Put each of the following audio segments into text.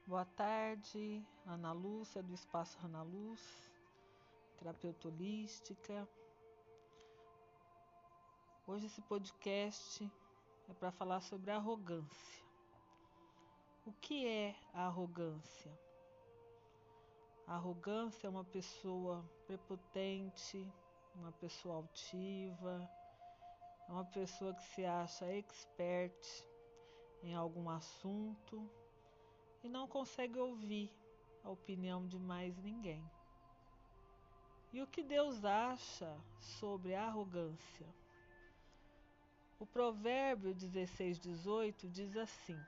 Boa tarde, Ana Lúcia, do Espaço Ana Luz, terapeuta holística. Hoje esse podcast é para falar sobre arrogância. O que é a arrogância? A arrogância é uma pessoa prepotente, uma pessoa altiva, é uma pessoa que se acha expert em algum assunto e não consegue ouvir a opinião de mais ninguém. E o que Deus acha sobre a arrogância? O provérbio 16:18 diz assim: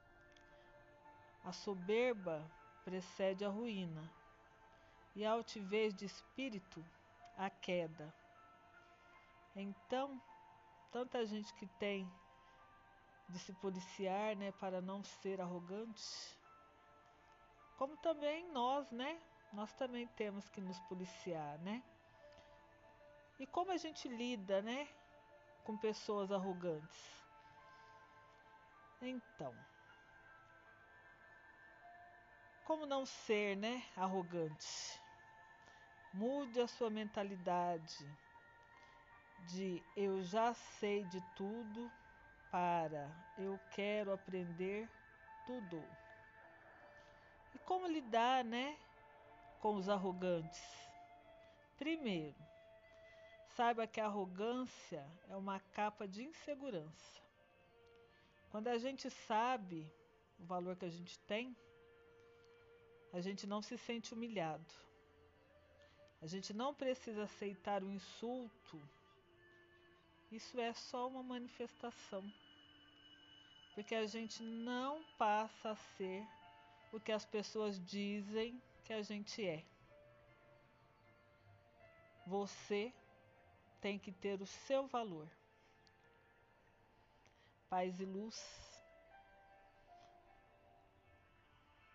a soberba precede a ruína, e a altivez de espírito a queda. Então, tanta gente que tem de se policiar, para não ser arrogante, como também nós, nós também temos que nos policiar, E como a gente lida, com pessoas arrogantes? Então, como não ser, arrogante? Mude a sua mentalidade de eu já sei de tudo para eu quero aprender tudo. E como lidar, com os arrogantes? Primeiro, saiba que a arrogância é uma capa de insegurança. Quando a gente sabe o valor que a gente tem, a gente não se sente humilhado. A gente não precisa aceitar o insulto. Isso é só uma manifestação. Porque a gente não passa a ser o que as pessoas dizem que a gente é. Você tem que ter o seu valor. Paz e luz.